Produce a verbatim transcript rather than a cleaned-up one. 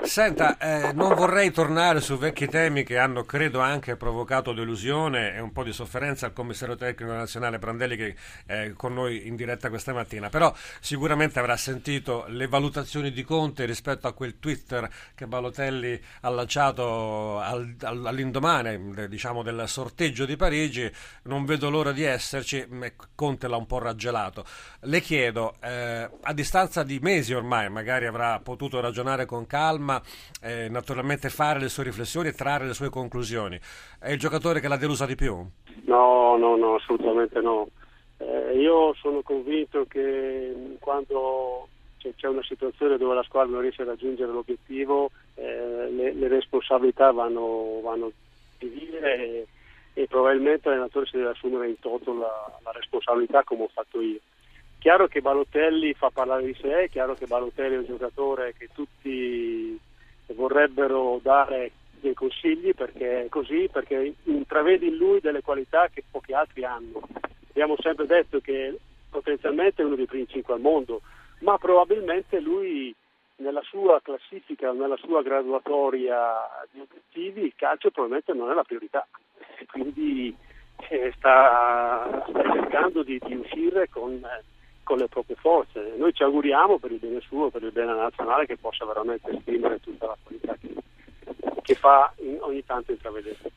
Senta, eh, non vorrei tornare su vecchi temi che hanno, credo, anche provocato delusione e un po' di sofferenza al commissario tecnico nazionale Prandelli che è con noi in diretta questa mattina, però sicuramente avrà sentito le valutazioni di Conte rispetto a quel Twitter che Balotelli ha lanciato al, al, all'indomani, diciamo, del sorteggio di Parigi. Non vedo l'ora di esserci, Conte l'ha un po' raggelato. Le chiedo, eh, a distanza di mesi ormai, magari avrà potuto ragionare con calma, Eh, naturalmente fare le sue riflessioni e trarre le sue conclusioni. È il giocatore che l'ha delusa di più? No, no, no, assolutamente no. Eh, io sono convinto che quando c'è, c'è una situazione dove la squadra non riesce a raggiungere l'obiettivo, eh, le, le responsabilità vanno, vanno divise e, e probabilmente l'allenatore si deve assumere in toto la, la responsabilità, come ho fatto io. Chiaro che Balotelli fa parlare di sé, è chiaro che Balotelli è un giocatore che tutti vorrebbero dare dei consigli, perché è così, perché intravede in lui delle qualità che pochi altri hanno. Abbiamo sempre detto che potenzialmente è uno dei primi cinque al mondo, ma probabilmente lui nella sua classifica, nella sua graduatoria di obiettivi, il calcio probabilmente non è la priorità. Quindi eh, sta, sta cercando di, di uscire con... Eh, con le proprie forze. Noi ci auguriamo per il bene suo, per il bene nazionale, che possa veramente esprimere tutta la qualità che, che fa in, ogni tanto intravedere.